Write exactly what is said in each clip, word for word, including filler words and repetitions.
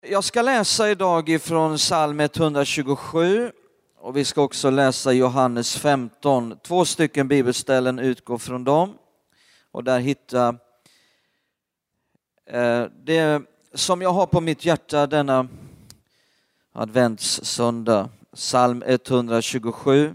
Jag ska läsa idag ifrån psalm etthundratjugosju och vi ska också läsa Johannes femton. Två stycken bibelställen utgår från dem och där hittar eh, det som jag har på mitt hjärta denna adventssöndag. Psalm etthundratjugosju.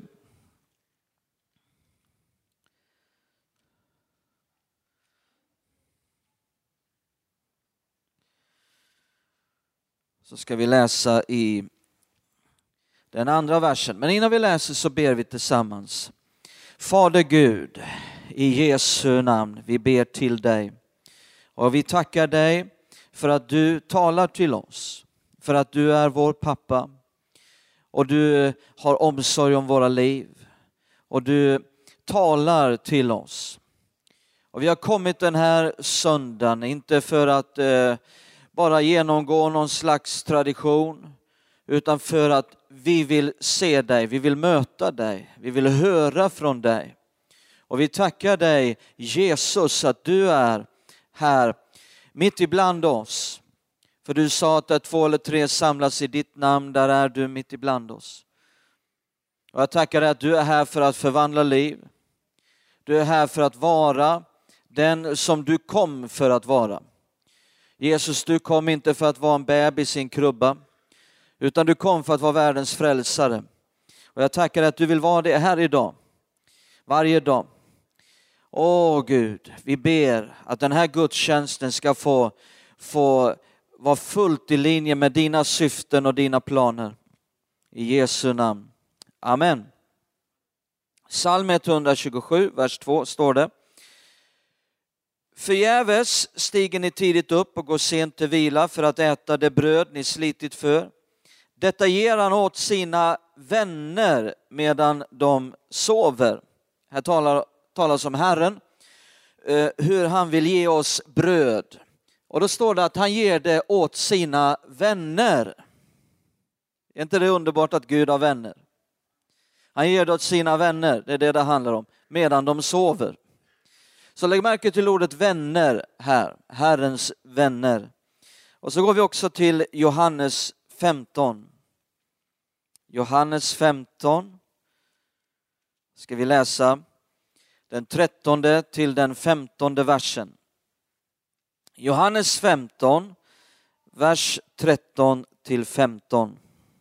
Så ska vi läsa i den andra versen. Men innan vi läser så ber vi tillsammans. Fader Gud, i Jesu namn, vi ber till dig. Och vi tackar dig för att du talar till oss. För att du är vår pappa. Och du har omsorg om våra liv. Och du talar till oss. Och vi har kommit den här söndagen, inte för att eh, bara genomgå någon slags tradition, utan för att vi vill se dig, vi vill möta dig, vi vill höra från dig. Och vi tackar dig, Jesus, att du är här mitt ibland oss. För du sa att där två eller tre samlas i ditt namn, där är du mitt ibland oss. Och jag tackar dig att du är här för att förvandla liv. Du är här för att vara den som du kom för att vara. Jesus, du kom inte för att vara en bebis i en krubba, utan du kom för att vara världens frälsare. Och jag tackar dig att du vill vara det här idag, varje dag. Åh Gud, vi ber att den här gudstjänsten ska få, få vara fullt i linje med dina syften och dina planer. I Jesu namn. Amen. Psalm etthundratjugosju, vers två står det. Förgäves stiger ni tidigt upp och går sent till vila för att äta det bröd ni slitit för. Detta ger han åt sina vänner medan de sover. Här talar, talas om Herren, eh, hur han vill ge oss bröd. Och då står det att han ger det åt sina vänner. Är inte det underbart att Gud har vänner? Han ger det åt sina vänner, det är det det handlar om, medan de sover. Så lägg märke till ordet vänner här, Herrens vänner. Och så går vi också till Johannes femton. Johannes femton ska vi läsa den trettonde till den femtonde versen. Johannes femton, vers tretton till femton.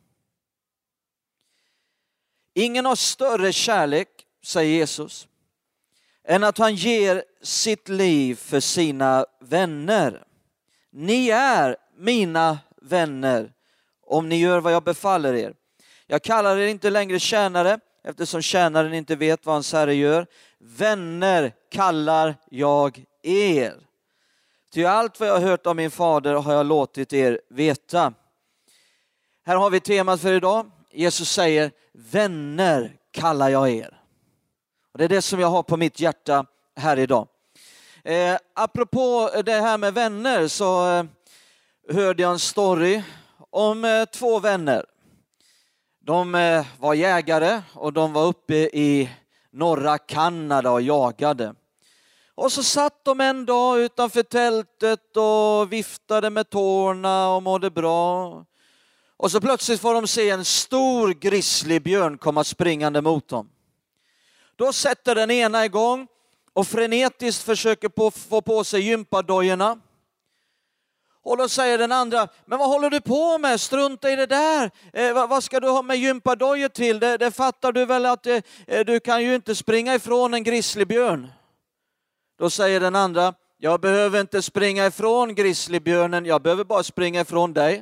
Ingen har större kärlek, säger Jesus, än att han ger sitt liv för sina vänner. Ni är mina vänner om ni gör vad jag befaller er. Jag kallar er inte längre tjänare, eftersom tjänaren inte vet vad hans herre gör. Vänner kallar jag er. Ty allt vad jag har hört av min fader har jag låtit er veta. Här har vi temat för idag. Jesus säger, vänner kallar jag er. Och det är det som jag har på mitt hjärta här idag. Eh, apropå det här med vänner så eh, hörde jag en story om eh, två vänner. De eh, var jägare och de var uppe i norra Kanada och jagade. Och så satt de en dag utanför tältet och viftade med tårna och mådde bra. Och så plötsligt får de se en stor grizzlybjörn komma springande mot dem. Då sätter den ena igång och frenetiskt försöker på, få på sig gympadojorna. Och då säger den andra, men vad håller du på med? Strunta i det där. Eh, vad, vad ska du ha med gympadojor till? Det, det fattar du väl att eh, du kan ju inte springa ifrån en grizzlybjörn. Då säger den andra, jag behöver inte springa ifrån grizzlybjörnen, jag behöver bara springa ifrån dig.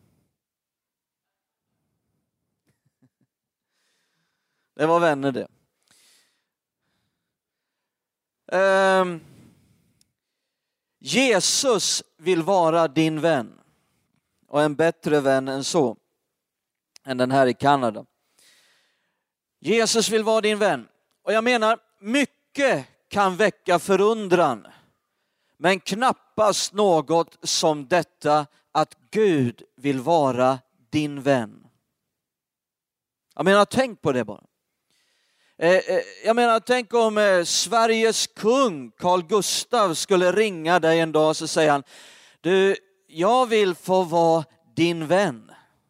Det var vänner det. Um, Jesus vill vara din vän. Och en bättre vän än så. Än den här i Kanada. Jesus vill vara din vän. Och jag menar, mycket kan väcka förundran. Men knappast något som detta att Gud vill vara din vän. Jag menar, tänk på det bara. Jag menar, tänk om Sveriges kung Carl Gustaf skulle ringa dig en dag och så säger han, du, jag vill få vara din vän.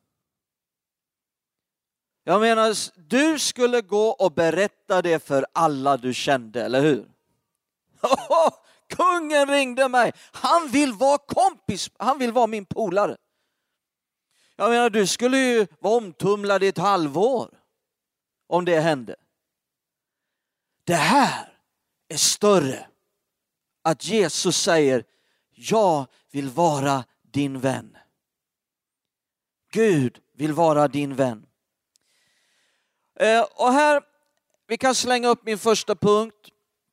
Jag menar, du skulle gå och berätta det för alla du kände, eller hur? Oh, kungen ringde mig. Han vill vara kompis. Han vill vara min polare. Jag menar, du skulle ju vara omtumlad i ett halvår om det hände. Det här är större. Att Jesus säger, jag vill vara din vän. Gud vill vara din vän. Eh, och här, vi kan slänga upp min första punkt.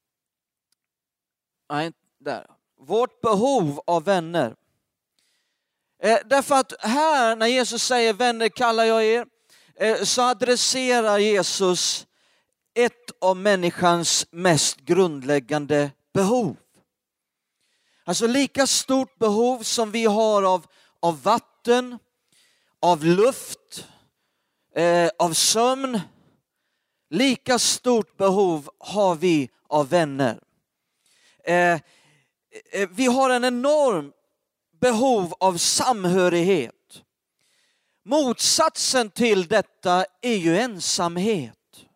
Nej, där. Vårt behov av vänner. Eh, därför att här, när Jesus säger vänner kallar jag er, eh, så adresserar Jesus ett av människans mest grundläggande behov. Alltså lika stort behov som vi har av, av vatten, av luft, eh, av sömn. Lika stort behov har vi av vänner. Eh, eh, vi har en enorm behov av samhörighet. Motsatsen till detta är ju ensamhet.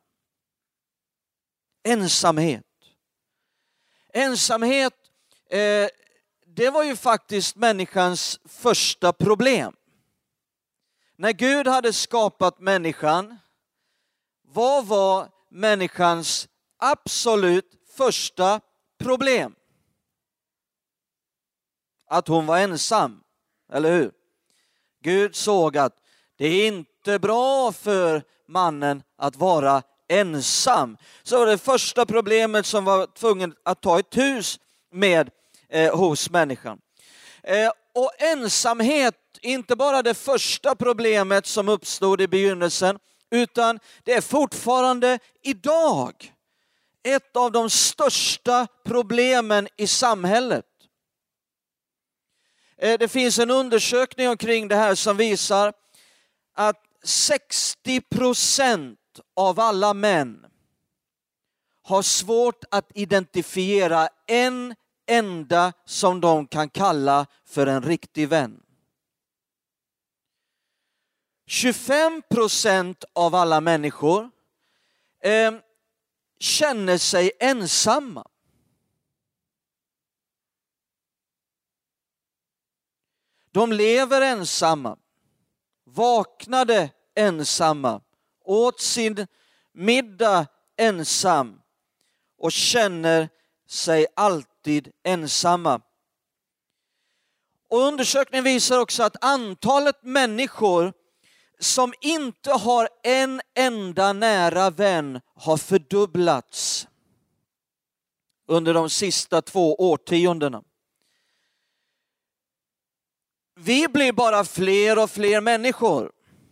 Ensamhet. Ensamhet, eh, det var ju faktiskt människans första problem. När Gud hade skapat människan, vad var människans absolut första problem? Att hon var ensam, eller hur? Gud såg att det är inte bra för mannen att vara ensam. Så var det första problemet som var tvungen att ta ett hus med eh, hos människan. Eh, och ensamhet, inte bara det första problemet som uppstod i begynnelsen, utan det är fortfarande idag ett av de största problemen i samhället. Det finns en undersökning omkring det här som visar att sextio procent av alla män har svårt att identifiera en enda som de kan kalla för en riktig vän. tjugofem procent av alla människor eh, känner sig ensamma. De lever ensamma, vaknade ensamma, åt sin middag ensam och känner sig alltid ensamma. Och undersökningen visar också att antalet människor som inte har en enda nära vän har fördubblats under de sista två årtiondena. Vi blir bara fler och fler människor.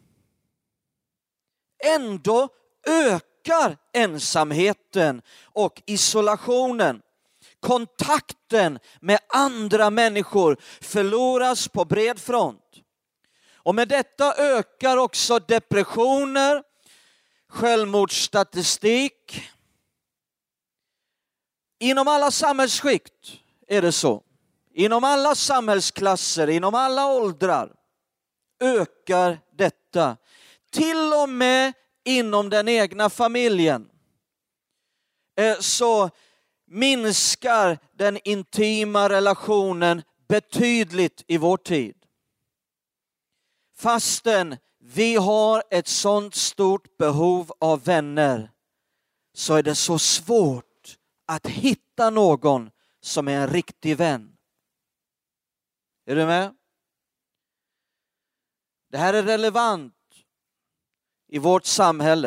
Ändå ökar ensamheten och isolationen. Kontakten med andra människor förloras på bred front. Och med detta ökar också depressioner, självmordsstatistik. Inom alla samhällsskikt är det så. Inom alla samhällsklasser, inom alla åldrar ökar detta. Till och med inom den egna familjen så minskar den intima relationen betydligt i vår tid. Fastän vi har ett sådant stort behov av vänner så är det så svårt att hitta någon som är en riktig vän. Är du med? Det här är relevant i vårt samhälle.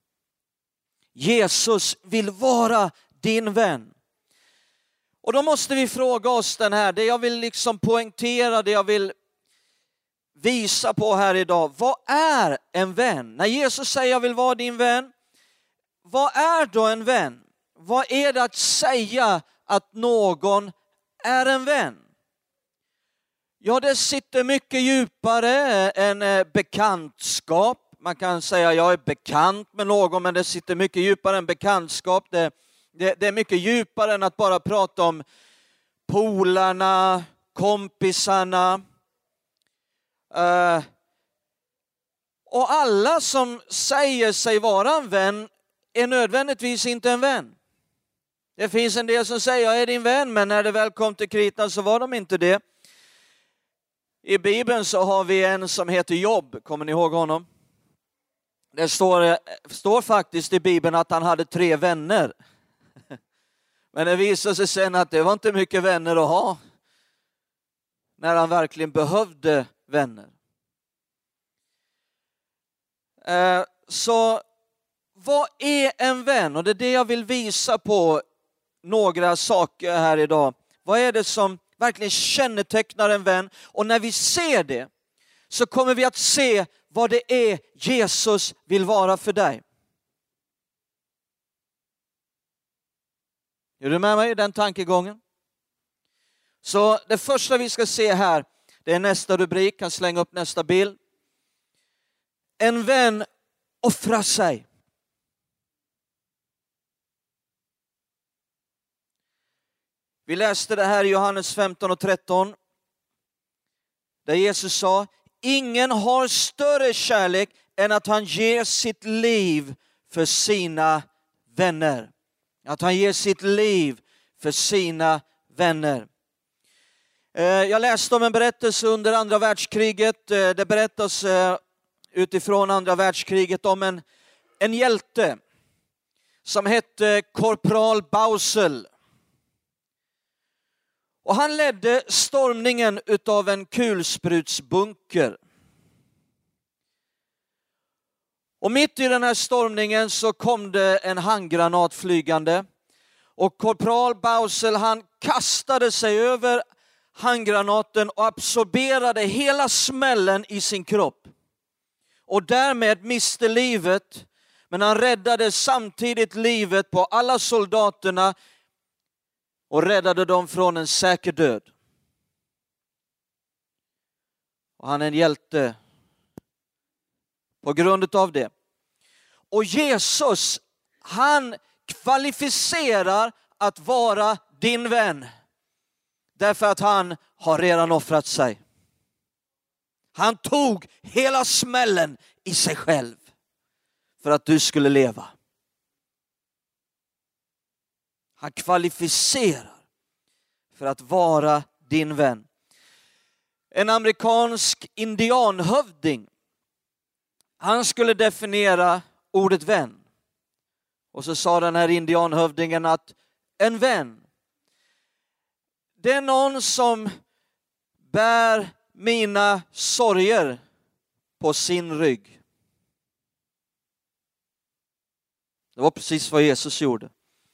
Jesus vill vara din vän. Och då måste vi fråga oss den här, det jag vill liksom poängtera, det jag vill visa på här idag. Vad är en vän? När Jesus säger jag vill vara din vän, vad är då en vän? Vad är det att säga att någon är en vän? Ja, det sitter mycket djupare än bekantskap. Man kan säga jag är bekant med någon, men det sitter mycket djupare än bekantskap. Det, det, det är mycket djupare än att bara prata om polarna, kompisarna. Uh, och alla som säger sig vara en vän är nödvändigtvis inte en vän. Det finns en del som säger jag är din vän, men när det väl kom till kritan så var de inte det. I Bibeln så har vi en som heter Job, kommer ni ihåg honom? Det står, står faktiskt i Bibeln att han hade tre vänner. Men det visade sig sen att det var inte mycket vänner att ha. När han verkligen behövde vänner. Eh, så vad är en vän? Och det är det jag vill visa på några saker här idag. Vad är det som verkligen kännetecknar en vän? Och när vi ser det så kommer vi att se vad det är Jesus vill vara för dig. Är du med mig i den tankegången? Så det första vi ska se här, det är nästa rubrik, kan slänga upp nästa bild. En vän offrar sig. Vi läste det här i Johannes femton och tretton. Där Jesus sa, ingen har större kärlek än att han ger sitt liv för sina vänner. Att han ger sitt liv för sina vänner. Jag läste om en berättelse under andra världskriget. Det berättas utifrån andra världskriget om en, en hjälte som hette korpral Bausel. Och han ledde stormningen utav en kulsprutsbunker. Och mitt i den här stormningen så kom det en handgranat flygande. Och korpral Bausel han kastade sig över handgranaten och absorberade hela smällen i sin kropp. Och därmed miste livet, men han räddade samtidigt livet på alla soldaterna och räddade dem från en säker död. Och han är en hjälte på grund av det. Och Jesus, han kvalificerar att vara din vän. Därför att han har redan offrat sig. Han tog hela smällen i sig själv för att du skulle leva. Han kvalificerar för att vara din vän. En amerikansk indianhövding, han skulle definiera ordet vän. Och så sa den här indianhövdingen att en vän, det är någon som bär mina sorger på sin rygg. Det var precis vad Jesus gjorde.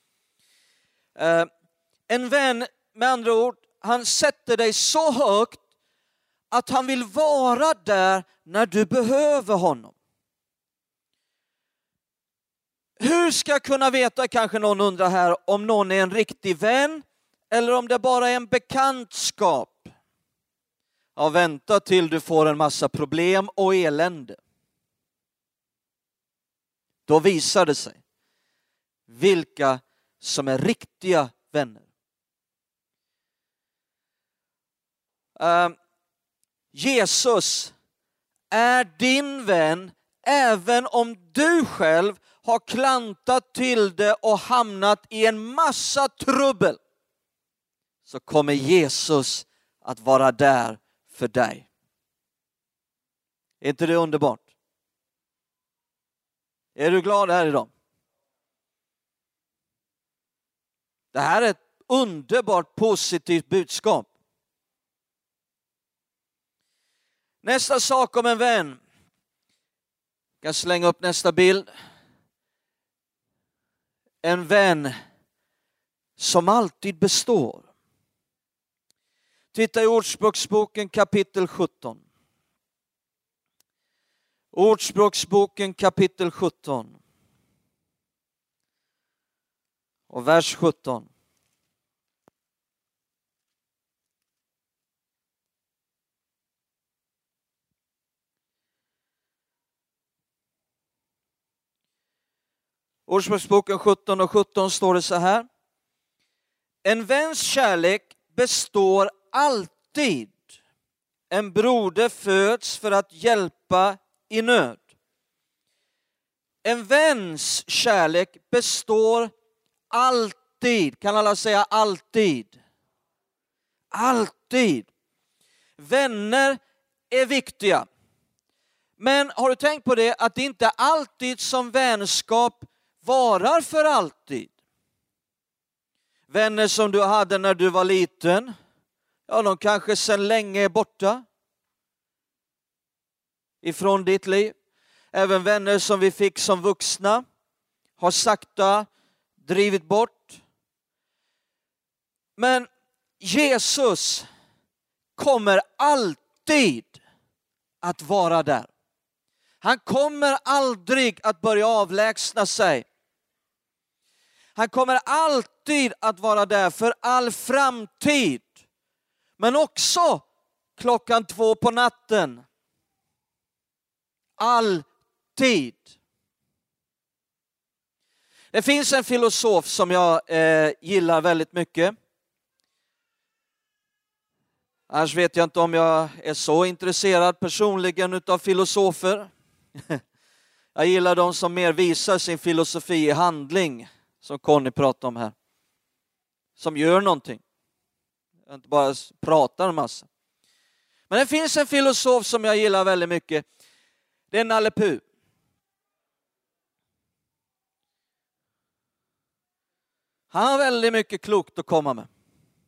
En vän, med andra ord, han sätter dig så högt att han vill vara där när du behöver honom. Hur ska jag kunna veta, kanske någon undrar här, om någon är en riktig vän eller om det bara är en bekantskap? Ja, vänta till du får en massa problem och elände. Då visar det sig vilka som är riktiga vänner. Uh, Jesus är din vän även om du själv har klantat till det och hamnat i en massa trubbel. Så kommer Jesus att vara där för dig. Är inte det underbart? Är du glad här idag? Det här är ett underbart positivt budskap. Nästa sak om en vän. Jag kan slänga upp nästa bild. En vän som alltid består. Titta i Ordspråksboken kapitel sjutton. Ordspråksboken kapitel sjutton. Och vers sjutton. Ordspråksboken sjutton och sjutton står det så här. En väns kärlek består alltid. En broder föds för att hjälpa i nöd. En väns kärlek består alltid. Kan alla säga alltid? Alltid. Vänner är viktiga. Men har du tänkt på det att det inte alltid som vänskap varar för alltid? Vänner som du hade när du var liten, ja, de kanske sedan länge är borta ifrån ditt liv. Även vänner som vi fick som vuxna har sakta drivit bort. Men Jesus kommer alltid att vara där. Han kommer aldrig att börja avlägsna sig. Han kommer alltid att vara där för all framtid. Men också klockan två på natten. Alltid. Det finns en filosof som jag eh, gillar väldigt mycket. Annars vet jag inte om jag är så intresserad personligen utav filosofer. Jag gillar de som mer visar sin filosofi i handling. Som Conny pratade om här. Som gör någonting. Inte bara pratar en massa. Men det finns en filosof som jag gillar väldigt mycket. Det är Nalle Puh. Han har väldigt mycket klokt att komma med.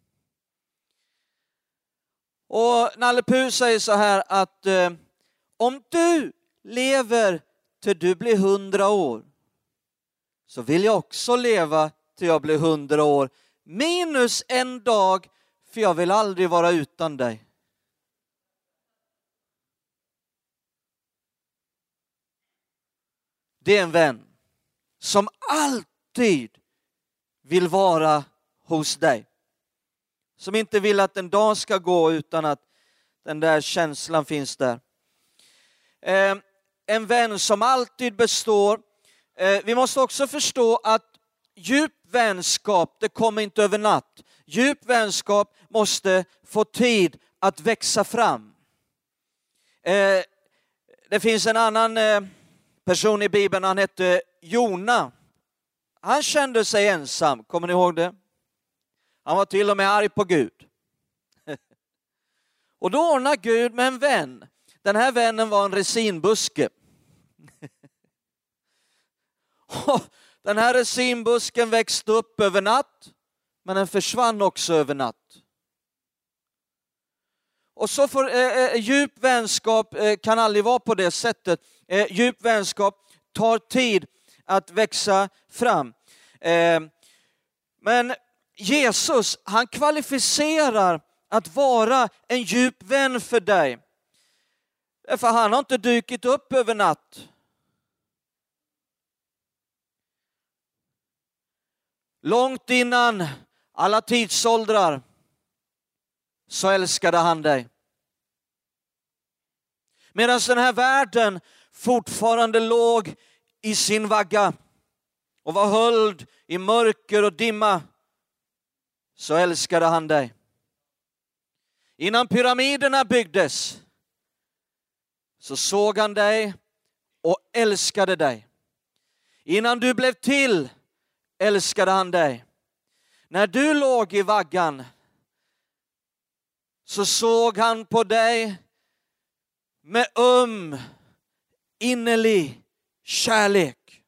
Och Nalle Puh säger så här att eh, om du lever till du blir hundra år så vill jag också leva till jag blir hundra år. Minus en dag, för jag vill aldrig vara utan dig. Det är en vän som alltid vill vara hos dig. Som inte vill att en dag ska gå utan att den där känslan finns där. Eh, en vän som alltid består. Eh, vi måste också förstå att djup vänskap, det kommer inte över natt. Djup vänskap måste få tid att växa fram. Eh, det finns en annan eh, person i Bibeln, han hette Jona. Han kände sig ensam, kommer ni ihåg det? Han var till och med arg på Gud. Och då ordnade Gud med en vän. Den här vännen var en resinbuske. Den här resinbusken växte upp över natt, men den försvann också över natt. Och så får eh, djup vänskap eh, kan aldrig vara på det sättet. Eh, djup vänskap tar tid att växa fram. Eh, men Jesus, han kvalificerar att vara en djup vän för dig. För han har inte dykt upp över natt. Långt innan alla tidsåldrar så älskade han dig. Medan den här världen fortfarande låg i sin vagga och var höljd i mörker och dimma, så älskade han dig. Innan pyramiderna byggdes så såg han dig och älskade dig. Innan du blev till älskade han dig. När du låg i vaggan så såg han på dig med öm, innerlig kärlek.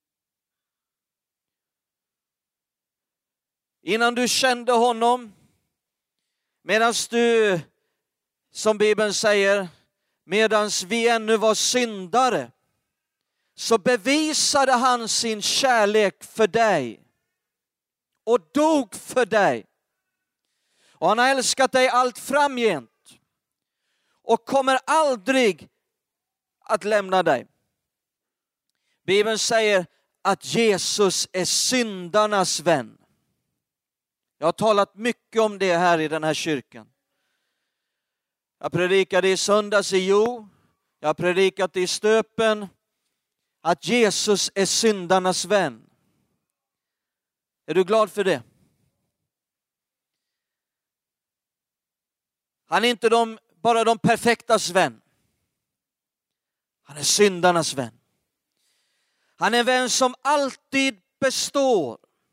Innan du kände honom, medan du, som Bibeln säger, medan vi ännu var syndare, så bevisade han sin kärlek för dig och dog för dig. Och han har älskat dig allt framgent och kommer aldrig att lämna dig. Bibeln säger att Jesus är syndarnas vän. Jag har talat mycket om det här i den här kyrkan. Jag predikade i söndags i Jo. Jag har predikat i Stöpen. Att Jesus är syndarnas vän. Är du glad för det? Han är inte de bara de perfektas vän. Han är syndarnas vän. Han är en vän som alltid består.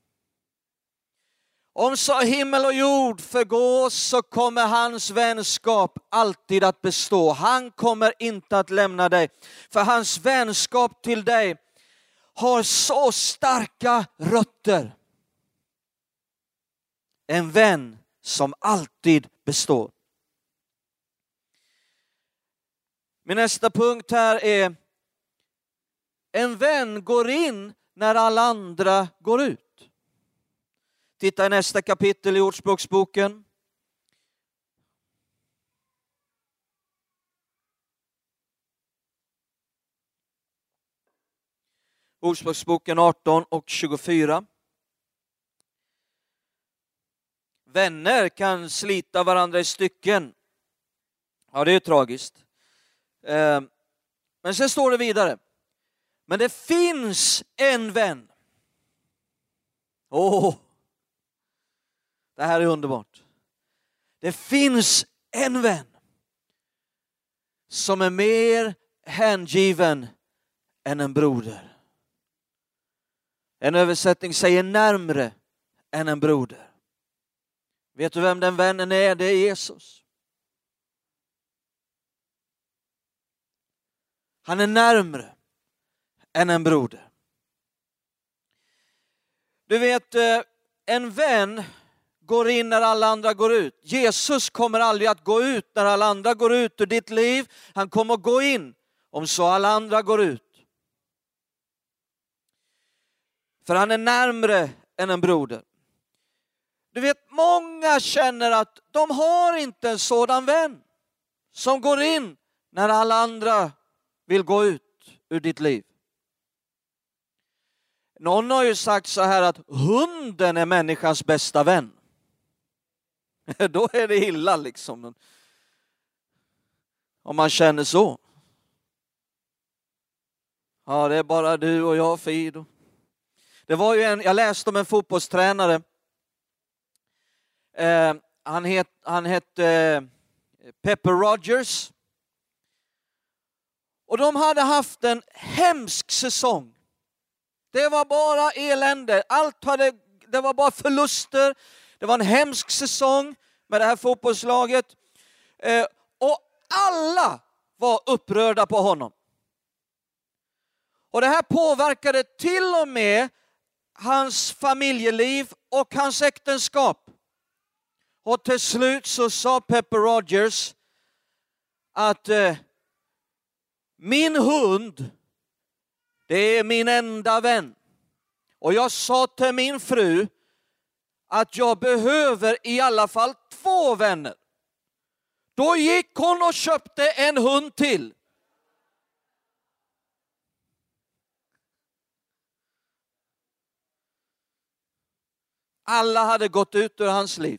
Om så himmel och jord förgås så kommer hans vänskap alltid att bestå. Han kommer inte att lämna dig. För hans vänskap till dig har så starka rötter. En vän som alltid består. Min nästa punkt här är: en vän går in när alla andra går ut. Titta i nästa kapitel i Ordspråksboken. Ordspråksboken arton och tjugofyra. Vänner kan slita varandra i stycken. Ja, det är ju tragiskt. Men sen står det vidare: men det finns en vän. Åh, det här är underbart. Det finns en vän som är mer hängiven än en broder. En översättning säger närmre än en broder. Vet du vem den vännen är? Det är Jesus. Han är närmre än en broder. Du vet, en vän går in när alla andra går ut. Jesus kommer aldrig att gå ut när alla andra går ut ur ditt liv. Han kommer att gå in om så alla andra går ut. För han är närmre än en broder. Du vet, många känner att de har inte en sådan vän som går in när alla andra vill gå ut ur ditt liv. Någon har ju sagt så här att hunden är människans bästa vän. Då är det illa liksom. Om man känner så. Ja, det är bara du och jag, Fido. Det var ju en, jag läste om en fotbollstränare. Eh, han, het, han hette eh, Pepper Rogers. Och de hade haft en hemsk säsong. Det var bara elände. Allt hade, det var bara förluster. Det var en hemsk säsong med det här fotbollslaget. Eh, och alla var upprörda på honom. Och det här påverkade till och med hans familjeliv och hans äktenskap. Och till slut så sa Pepper Rogers att eh, min hund, det är min enda vän. Och jag sa till min fru att jag behöver i alla fall två vänner. Då gick hon och köpte en hund till. Alla hade gått ut ur hans liv.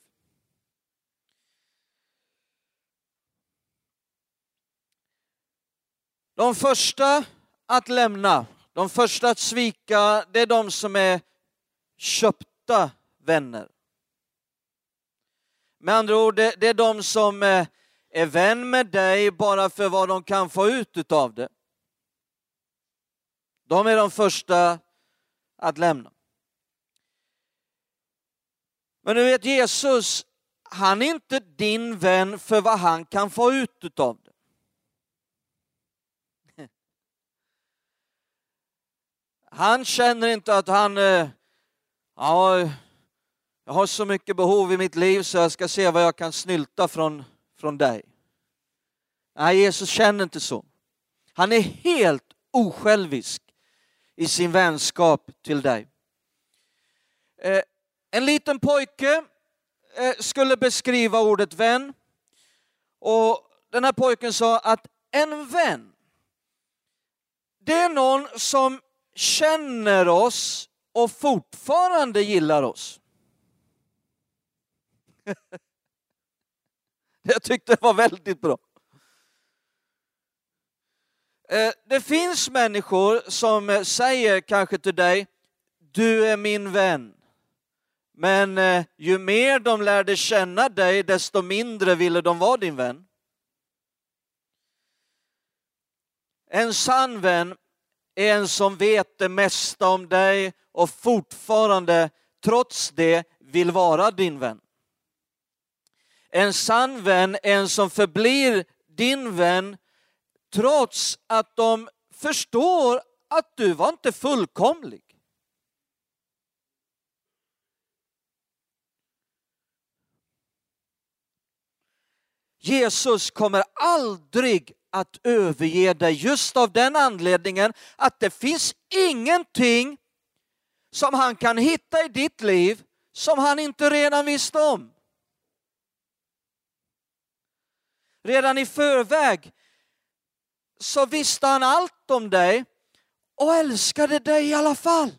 De första att lämna, de första att svika, det är de som är köpta vänner. Med andra ord, det, det är de som är vän med dig bara för vad de kan få ut av det. De är de första att lämna. Men du vet, Jesus, han är inte din vän för vad han kan få ut av det. Han känner inte att han, ja, jag har så mycket behov i mitt liv så jag ska se vad jag kan snylta från, från dig. Nej, Jesus känner inte så. Han är helt osjälvisk i sin vänskap till dig. Eh, en liten pojke eh, skulle beskriva ordet vän. Och den här pojken sa att en vän, det är någon som känner oss och fortfarande gillar oss. Jag tyckte det var väldigt bra. Det finns människor som säger kanske till dig, du är min vän. Men ju mer de lärde känna dig, desto mindre ville de vara din vän. En sann vän är en som vet det mesta om dig och fortfarande trots det vill vara din vän. En sann vän är en som förblir din vän trots att de förstår att du var inte fullkomlig. Jesus kommer aldrig att överge dig just av den anledningen att det finns ingenting som han kan hitta i ditt liv som han inte redan visste om. Redan i förväg så visste han allt om dig och älskade dig i alla fall.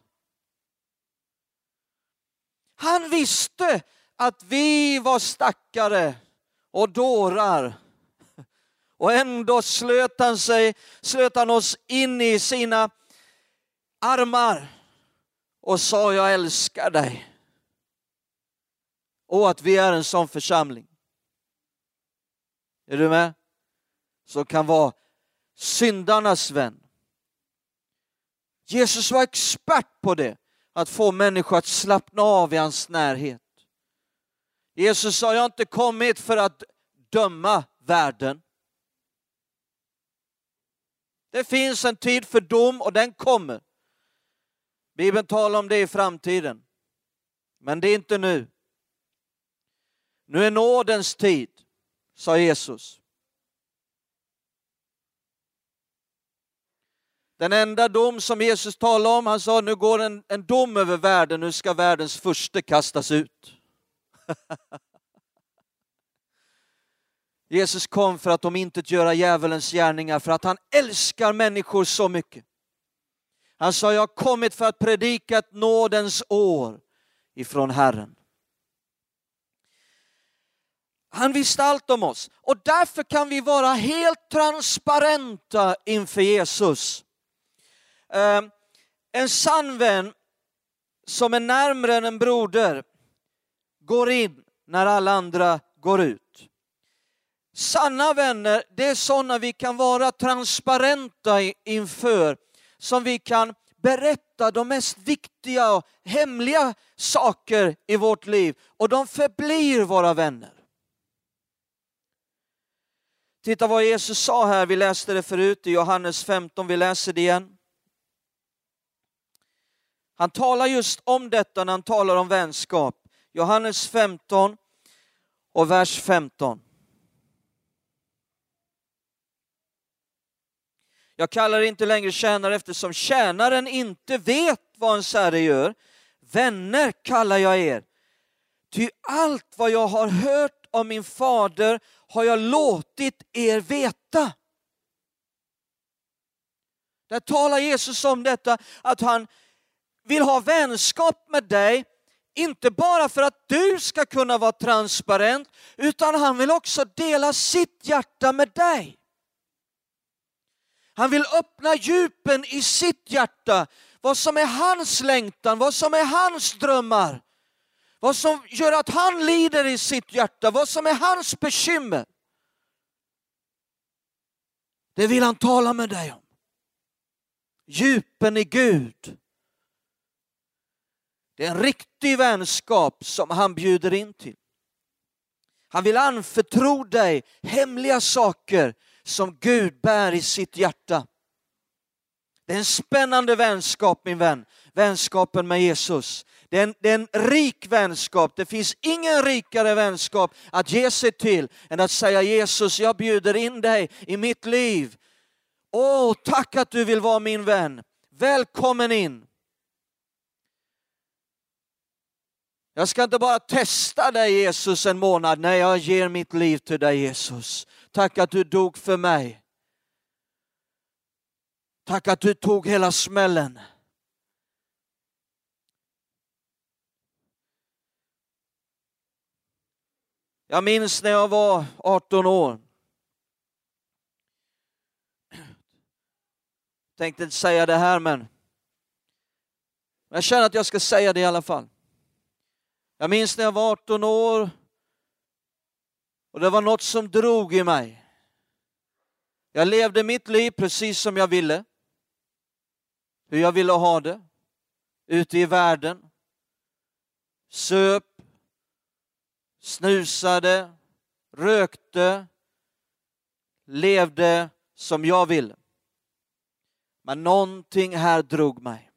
Han visste att vi var stackare och dårar. Och ändå slöt han, sig, slöt han oss in i sina armar och sa jag älskar dig. Och att vi är en sån församling. Är du med? Så kan vara syndarnas vän. Jesus var expert på det. Att få människor att slappna av i hans närhet. Jesus sa jag har inte kommit för att döma världen. Det finns en tid för dom och den kommer. Bibeln talar om det i framtiden. Men det är inte nu. Nu är nådens tid, sa Jesus. Den enda dom som Jesus talade om, han sa nu går en, en dom över världen, nu ska världens furste kastas ut. Jesus kom för att de inte göra djävulens gärningar, för att han älskar människor så mycket. Han sa jag har kommit för att predika ett nådens år ifrån Herren. Han visste allt om oss och därför kan vi vara helt transparenta inför Jesus. En sann vän som är närmare än en broder går in när alla andra går ut. Sanna vänner, det är sådana vi kan vara transparenta inför. Som vi kan berätta de mest viktiga och hemliga saker i vårt liv. Och de förblir våra vänner. Titta vad Jesus sa här, vi läste det förut i Johannes femton, vi läser det igen. Han talar just om detta när han talar om vänskap. Johannes femton och vers femton. Jag kallar inte längre tjänare eftersom tjänaren inte vet vad en herre gör. Vänner kallar jag er. Ty allt vad jag har hört om min fader har jag låtit er veta. Där talar Jesus om detta att han vill ha vänskap med dig. Inte bara för att du ska kunna vara transparent utan han vill också dela sitt hjärta med dig. Han vill öppna djupen i sitt hjärta. Vad som är hans längtan, vad som är hans drömmar. Vad som gör att han lider i sitt hjärta, vad som är hans bekymmer. Det vill han tala med dig om. Djupen i Gud. Det är en riktig vänskap som han bjuder in till. Han vill anförtro dig hemliga saker som Gud bär i sitt hjärta. Det är en spännande vänskap min vän. Vänskapen med Jesus. Det är, en, det är en rik vänskap. Det finns ingen rikare vänskap att ge sig till än att säga Jesus, jag bjuder in dig i mitt liv. Åh, tack att du vill vara min vän. Välkommen in. Jag ska inte bara testa dig Jesus en månad. Nej, jag ger mitt liv till dig Jesus. Tack att du dog för mig. Tack att du tog hela smällen. Jag minns när jag var arton år. Tänkte inte säga det här men jag känner att jag ska säga det i alla fall. Jag minns när jag var arton år och det var något som drog i mig. Jag levde mitt liv precis som jag ville. Hur jag ville ha det. Ute i världen. Söp. Snusade. Rökte. Levde som jag ville. Men någonting här drog mig.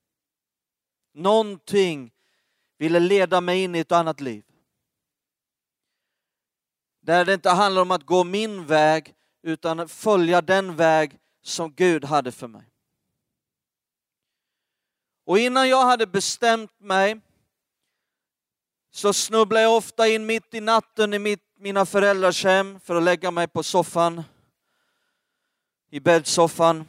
Någonting ville leda mig in i ett annat liv. Där det inte handlar om att gå min väg utan följa den väg som Gud hade för mig. Och innan jag hade bestämt mig så snubblade jag ofta in mitt i natten i mitt, mina föräldrars hem för att lägga mig på soffan. I bäddsoffan.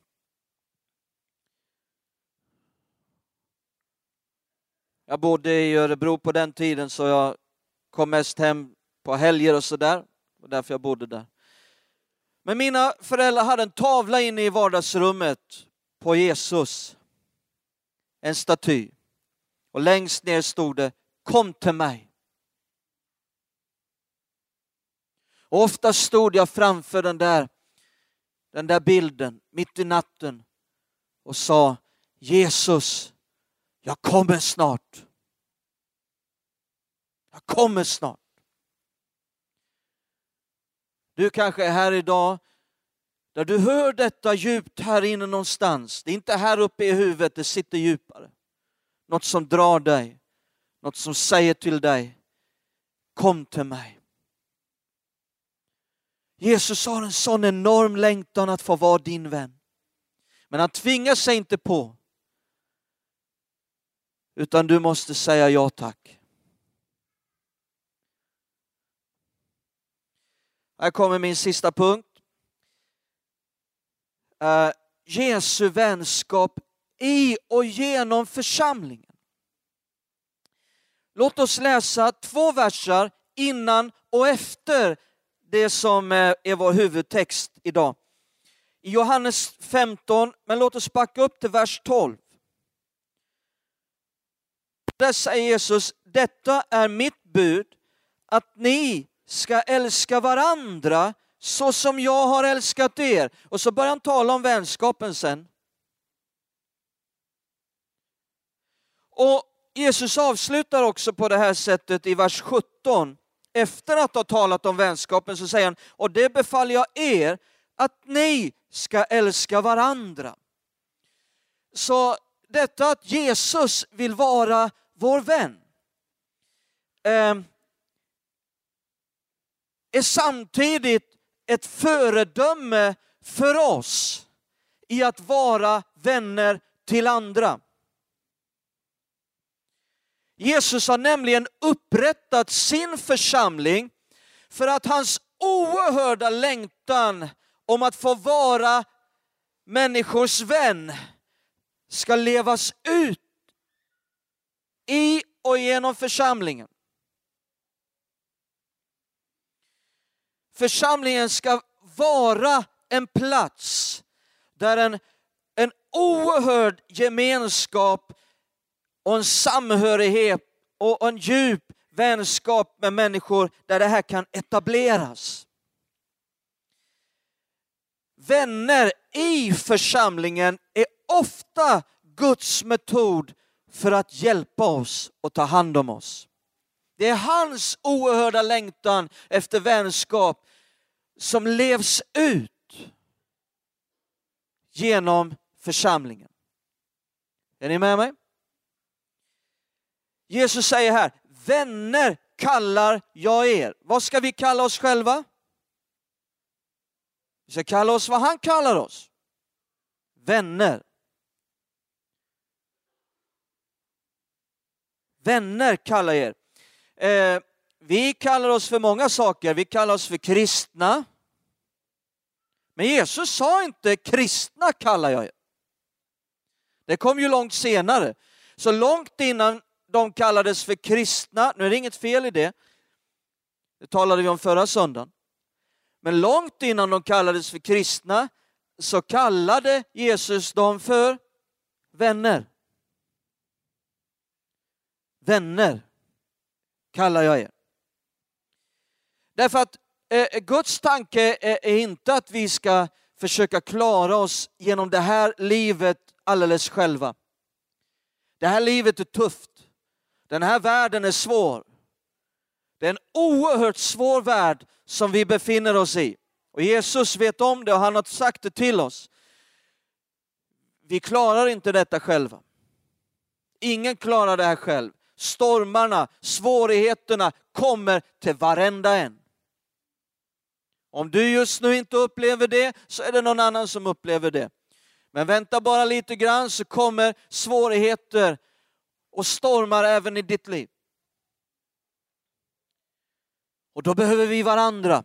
Jag bodde i Örebro på den tiden så jag kom mest hem på helger och sådär. Och därför jag bodde där. Men mina föräldrar hade en tavla inne i vardagsrummet på Jesus. En staty. Och längst ner stod det: kom till mig. Och ofta stod jag framför den där, den där bilden mitt i natten och sa: Jesus, jag kommer snart. Jag kommer snart. Du kanske är här idag där du hör detta djupt här inne någonstans. Det är inte här uppe i huvudet, det sitter djupare. Något som drar dig. Något som säger till dig: kom till mig. Jesus har en sån enorm längtan att få vara din vän. Men han tvingar sig inte på. Utan du måste säga ja tack. Här kommer min sista punkt. Uh, Jesu vänskap i och genom församlingen. Låt oss läsa två versar innan och efter det som är vår huvudtext idag. I Johannes femton, men låt oss backa upp till vers tolv. Där säger Jesus: detta är mitt bud, att ni ska älska varandra så som jag har älskat er. Och så börjar han tala om vänskapen sen. Och Jesus avslutar också på det här sättet i vers sjutton. Efter att ha talat om vänskapen så säger han: och det befaller jag er, att ni ska älska varandra. Så detta att Jesus vill vara vår vän eh, är samtidigt ett föredöme för oss i att vara vänner till andra. Jesus har nämligen upprättat sin församling för att hans oerhörda längtan om att få vara människors vän ska levas ut i och genom församlingen. Församlingen ska vara en plats där en, en oerhörd gemenskap och en samhörighet och en djup vänskap med människor där det här kan etableras. Vänner i församlingen är ofta Guds metod för att hjälpa oss och ta hand om oss. Det är hans oerhörda längtan efter vänskap som levs ut genom församlingen. Är ni med mig? Jesus säger här: vänner kallar jag er. Vad ska vi kalla oss själva? Vi ska kalla oss vad han kallar oss. Vänner. Vänner kallar er. Eh, vi kallar oss för många saker. Vi kallar oss för kristna. Men Jesus sa inte kristna kallar jag er. Det kom ju långt senare. Så långt innan de kallades för kristna, nu är det inget fel i det. Det talade vi om förra söndagen. Men långt innan de kallades för kristna så kallade Jesus dem för vänner. Vänner kallar jag er. Därför att eh, Guds tanke är, är inte att vi ska försöka klara oss genom det här livet alldeles själva. Det här livet är tufft. Den här världen är svår. Det är en oerhört svår värld som vi befinner oss i. Och Jesus vet om det och han har sagt det till oss. Vi klarar inte detta själva. Ingen klarar det här själv. Stormarna, svårigheterna kommer till varenda en. Om du just nu inte upplever det så är det någon annan som upplever det. Men vänta bara lite grann så kommer svårigheter och stormar även i ditt liv. Och då behöver vi varandra.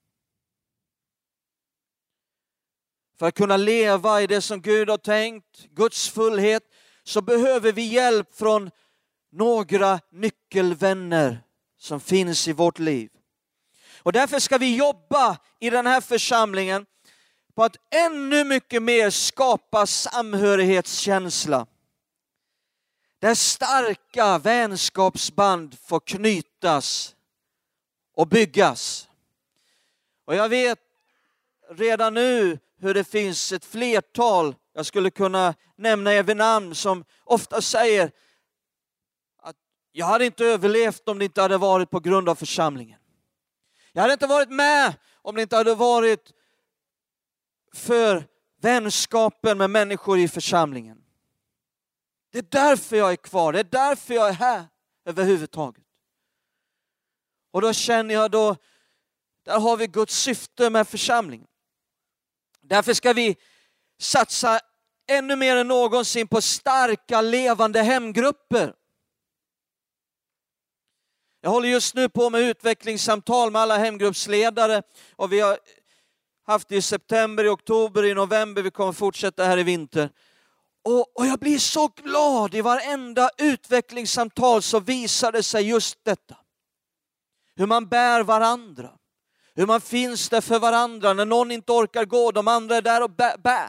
För att kunna leva i det som Gud har tänkt, Guds fullhet, så behöver vi hjälp från några nyckelvänner som finns i vårt liv. Och därför ska vi jobba i den här församlingen på att ännu mycket mer skapa samhörighetskänsla. Där starka vänskapsband får knytas och byggas. Och jag vet redan nu hur det finns ett flertal, jag skulle kunna nämna även namn, som ofta säger att jag hade inte överlevt om det inte hade varit på grund av församlingen. Jag hade inte varit med om det inte hade varit för vänskapen med människor i församlingen. Det är därför jag är kvar, det är därför jag är här överhuvudtaget. Och då känner jag då, där har vi Guds syfte med församlingen. Därför ska vi satsa ännu mer än någonsin på starka levande hemgrupper. Jag håller just nu på med utvecklingssamtal med alla hemgruppsledare. Och vi har haft det i september, i oktober, i november. Vi kommer fortsätta här i vinter. Och, och jag blir så glad i varenda utvecklingssamtal så visar det sig just detta. Hur man bär varandra. Hur man finns där för varandra. När någon inte orkar gå, de andra är där och bär.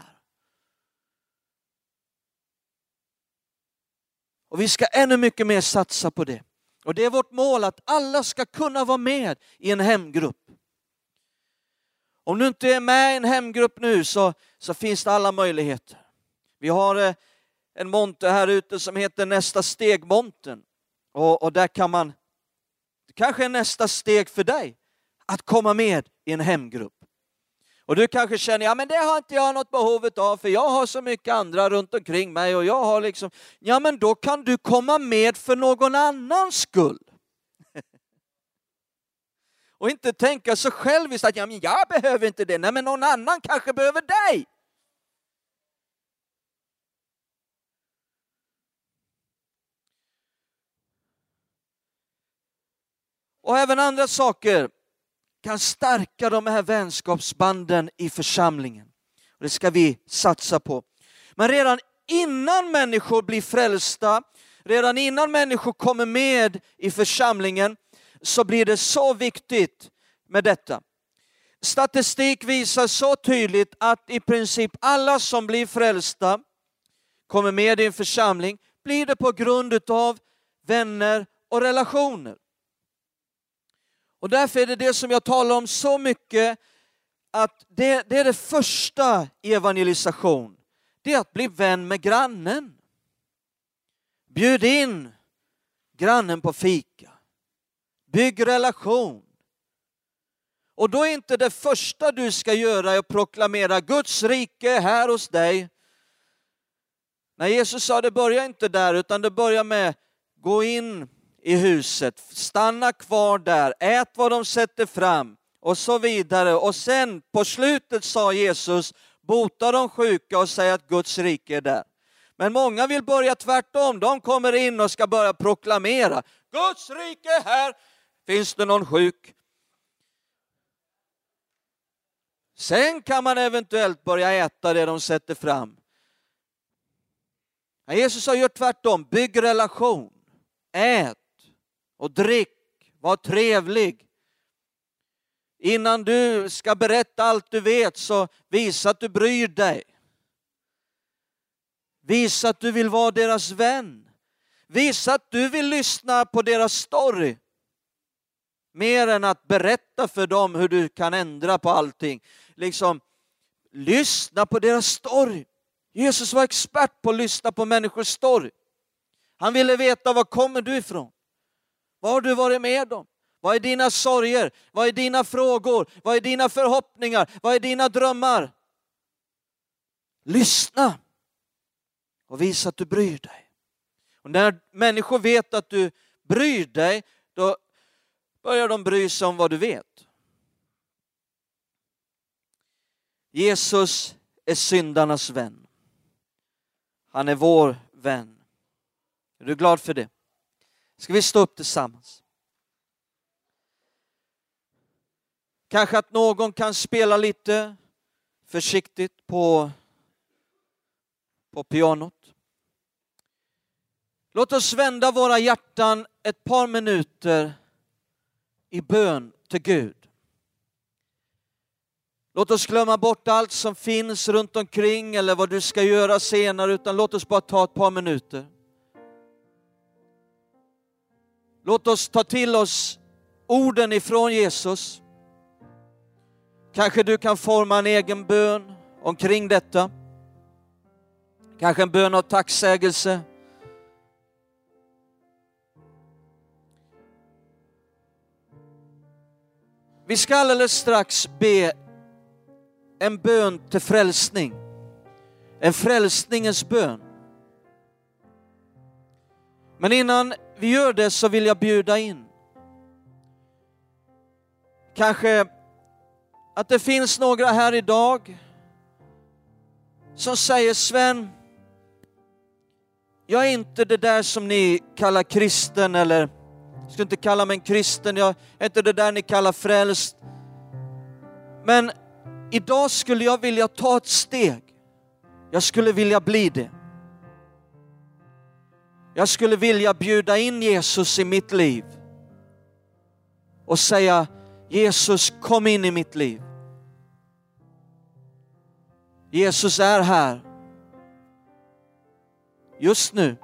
Och vi ska ännu mycket mer satsa på det. Och det är vårt mål att alla ska kunna vara med i en hemgrupp. Om du inte är med i en hemgrupp nu så, så finns det alla möjligheter. Vi har en monter här ute som heter Nästa steg-montern. Och, och där kan man, det kanske är nästa steg för dig att komma med i en hemgrupp. Och du kanske känner, ja men det har inte jag något behov av för jag har så mycket andra runt omkring mig och jag har liksom, ja men då kan du komma med för någon annans skull. Och inte tänka så själviskt att ja, men jag behöver inte det, nej men någon annan kanske behöver dig. Och även andra saker kan stärka de här vänskapsbanden i församlingen. Och det ska vi satsa på. Men redan innan människor blir frälsta, redan innan människor kommer med i församlingen, så blir det så viktigt med detta. Statistik visar så tydligt att i princip alla som blir frälsta, kommer med i en församling, blir det på grund av vänner och relationer. Och därför är det det som jag talar om så mycket, att det, det är det första i evangelisation. Det är att bli vän med grannen. Bjud in grannen på fika. Bygg relation. Och då är inte det första du ska göra att proklamera Guds rike här hos dig. När Jesus sa det börjar inte där, utan det börjar med gå in i huset, stanna kvar där, ät vad de sätter fram och så vidare. Och sen på slutet sa Jesus, bota de sjuka och säg att Guds rike är där. Men många vill börja tvärtom, de kommer in och ska börja proklamera, Guds rike är här, finns det någon sjuk? Sen kan man eventuellt börja äta det de sätter fram. Jesus har gjort tvärtom, bygg relation, ät och drick, var trevlig. Innan du ska berätta allt du vet så visa att du bryr dig. Visa att du vill vara deras vän. Visa att du vill lyssna på deras story. Mer än att berätta för dem hur du kan ändra på allting. Liksom, lyssna på deras story. Jesus var expert på att lyssna på människors story. Han ville veta, var kommer du ifrån? Vad har du varit med om? Vad är dina sorger? Vad är dina frågor? Vad är dina förhoppningar? Vad är dina drömmar? Lyssna och visa att du bryr dig. Och när människor vet att du bryr dig, då börjar de bry sig om vad du vet. Jesus är syndarnas vän. Han är vår vän. Är du glad för det? Ska vi stå upp tillsammans? Kanske att någon kan spela lite försiktigt på, på pianot. Låt oss vända våra hjärtan ett par minuter i bön till Gud. Låt oss glömma bort allt som finns runt omkring eller vad du ska göra senare, utan låt oss bara ta ett par minuter. Låt oss ta till oss orden ifrån Jesus. Kanske du kan forma en egen bön omkring detta. Kanske en bön av tacksägelse. Vi ska alldeles strax be en bön till frälsning. En frälsningens bön. Men innan vi gör det så vill jag bjuda in. Kanske att det finns några här idag som säger: Sven, jag är inte det där som ni kallar kristen, eller jag ska inte kalla mig en kristen, jag är inte det där ni kallar frälst. Men idag skulle jag vilja ta ett steg. Jag skulle vilja bli det. Jag skulle vilja bjuda in Jesus i mitt liv och säga: Jesus, kom in i mitt liv. Jesus är här just nu.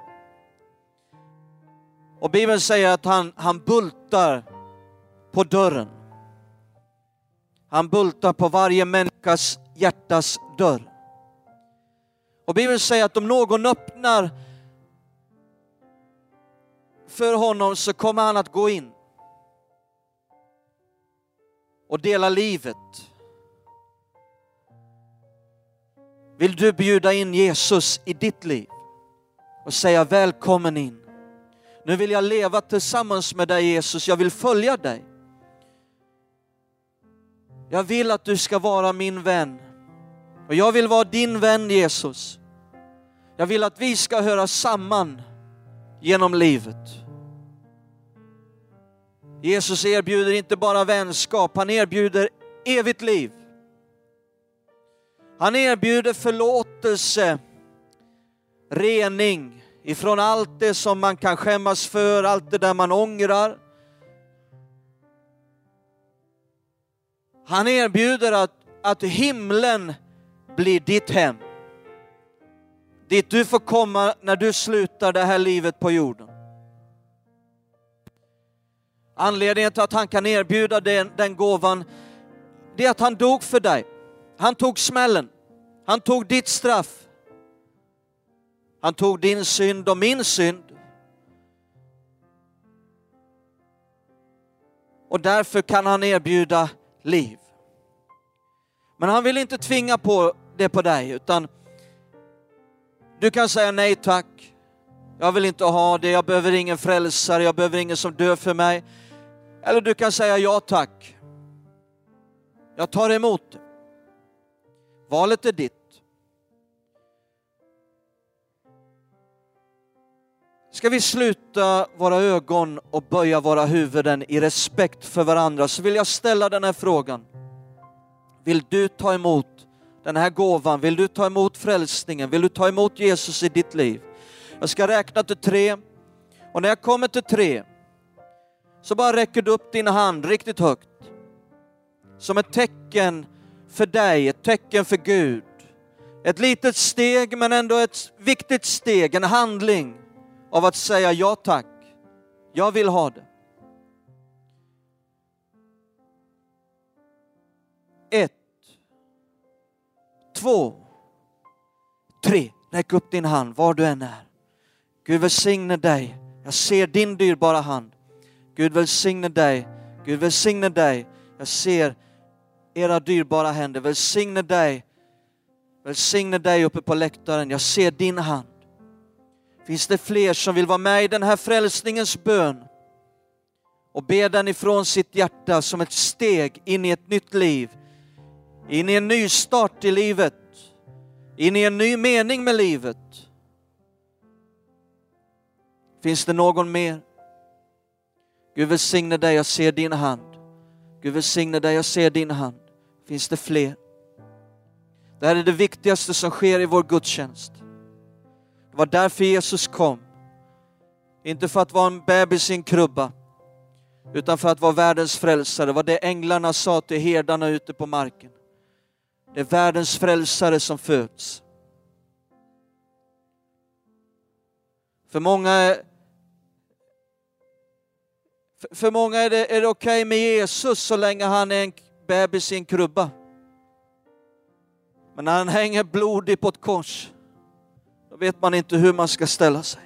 Och Bibeln säger att han, han bultar på dörren. Han bultar på varje människas hjärtas dörr. Och Bibeln säger att om någon öppnar för honom så kommer han att gå in och dela livet. Vill du bjuda in Jesus i ditt liv och säga: välkommen in. Nu vill jag leva tillsammans med dig, Jesus. Jag vill följa dig. Jag vill att du ska vara min vän. Och jag vill vara din vän, Jesus. Jag vill att vi ska höra samman genom livet. Jesus erbjuder inte bara vänskap, han erbjuder evigt liv. Han erbjuder förlåtelse, rening ifrån allt det som man kan skämmas för, allt det där man ångrar. Han erbjuder att, att himlen blir ditt hem. Dit du får komma när du slutar det här livet på jorden. Anledningen till att han kan erbjuda den, den gåvan, det är att han dog för dig. Han tog smällen. Han tog ditt straff. Han tog din synd och min synd. Och därför kan han erbjuda liv. Men han vill inte tvinga på det på dig, utan du kan säga: nej tack. Jag vill inte ha det. Jag behöver ingen frälsare. Jag behöver ingen som dör för mig. Eller du kan säga: ja tack. Jag tar emot det. Valet är ditt. Ska vi sluta våra ögon och böja våra huvuden i respekt för varandra, så vill jag ställa den här frågan. Vill du ta emot den här gåvan? Vill du ta emot frälsningen? Vill du ta emot Jesus i ditt liv? Jag ska räkna till tre. Och när jag kommer till tre så bara räcker du upp din hand riktigt högt. Som ett tecken för dig, ett tecken för Gud. Ett litet steg, men ändå ett viktigt steg, en handling av att säga: ja tack, jag vill ha det. Ett, två, tre. Räck upp din hand var du än är. Gud välsigne dig. Jag ser din dyrbara hand. Gud välsigne dig. Gud välsigne dig. Jag ser era dyrbara händer. Välsigne dig. Välsigne dig uppe på läktaren. Jag ser din hand. Finns det fler som vill vara med i den här frälsningens bön och be den ifrån sitt hjärta som ett steg in i ett nytt liv, in i en ny start i livet, in i en ny mening med livet? Finns det någon mer? Gud välsigne dig, jag ser din hand. Gud välsigne dig, jag ser din hand. Finns det fler? Det här är det viktigaste som sker i vår gudstjänst. Det var därför Jesus kom. Inte för att vara en bebis i en krubba, utan för att vara världens frälsare. Det var det änglarna sa till herdarna ute på marken. Det är världens frälsare som föds. För många, för, för många är det, är det okej med Jesus så länge han är en bebis i en krubba. Men när han hänger blodig på ett kors, då vet man inte hur man ska ställa sig.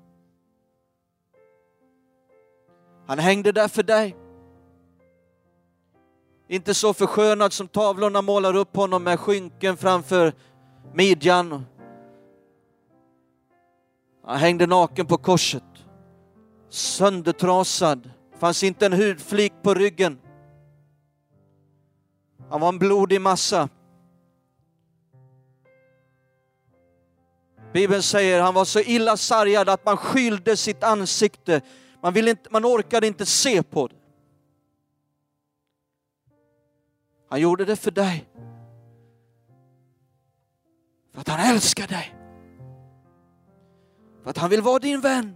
Han hängde där för dig. Inte så förskönad som tavlorna målar upp honom med skynken framför midjan. Han hängde naken på korset. Söndertrasad. Fanns inte en hudflik på ryggen. Han var en blodig massa. Bibeln säger han var så illa sargad att man skylde sitt ansikte. Man, ville inte, man orkade inte se på det. Han gjorde det för dig. För att han älskar dig. För att han vill vara din vän.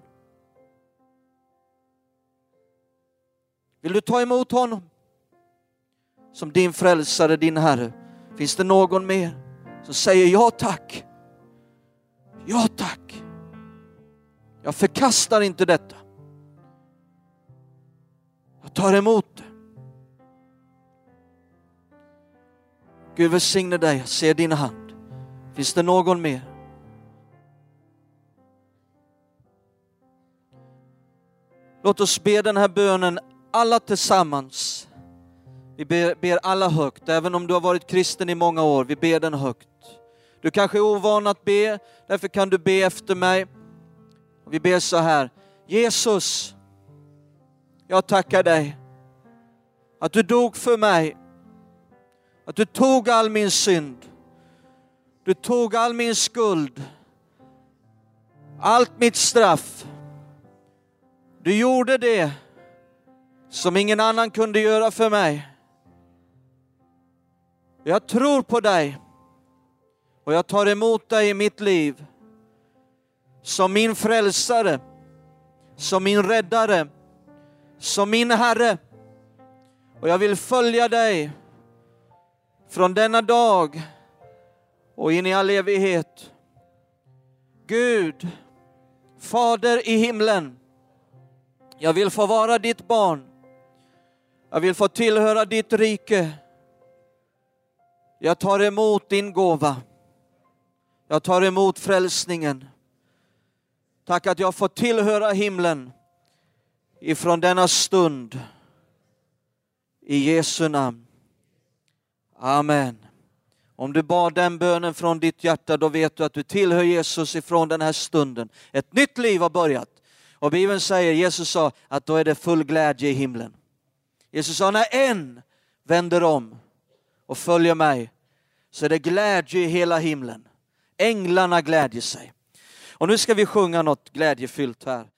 Vill du ta emot honom som din frälsare, din Herre? Finns det någon mer som säger ja tack? Ja tack. Jag förkastar inte detta. Jag tar emot det. Gud välsigne dig. Jag ser din hand. Finns det någon mer? Låt oss be den här bönen alla tillsammans. Vi ber, ber alla högt. Även om du har varit kristen i många år. Vi ber den högt. Du kanske är ovan att be. Därför kan du be efter mig. Vi ber så här. Jesus, jag tackar dig att du dog för mig. Att du tog all min synd. Du tog all min skuld. Allt mitt straff. Du gjorde det som ingen annan kunde göra för mig. Jag tror på dig. Och jag tar emot dig i mitt liv. Som min frälsare. Som min räddare. Som min Herre. Och jag vill följa dig. Från denna dag. Och in i all evighet. Gud. Fader i himlen. Jag vill få vara ditt barn. Jag vill få tillhöra ditt rike. Jag tar emot din gåva. Jag tar emot frälsningen. Tack att jag får tillhöra himlen ifrån denna stund. I Jesu namn. Amen. Om du bad den bönen från ditt hjärta, då vet du att du tillhör Jesus ifrån den här stunden. Ett nytt liv har börjat. Och Bibeln säger, Jesus sa att då är det full glädje i himlen. Jesus sa, när en vänder om och följer mig, så är det glädje i hela himlen. Änglarna glädjer sig. Och nu ska vi sjunga något glädjefyllt här.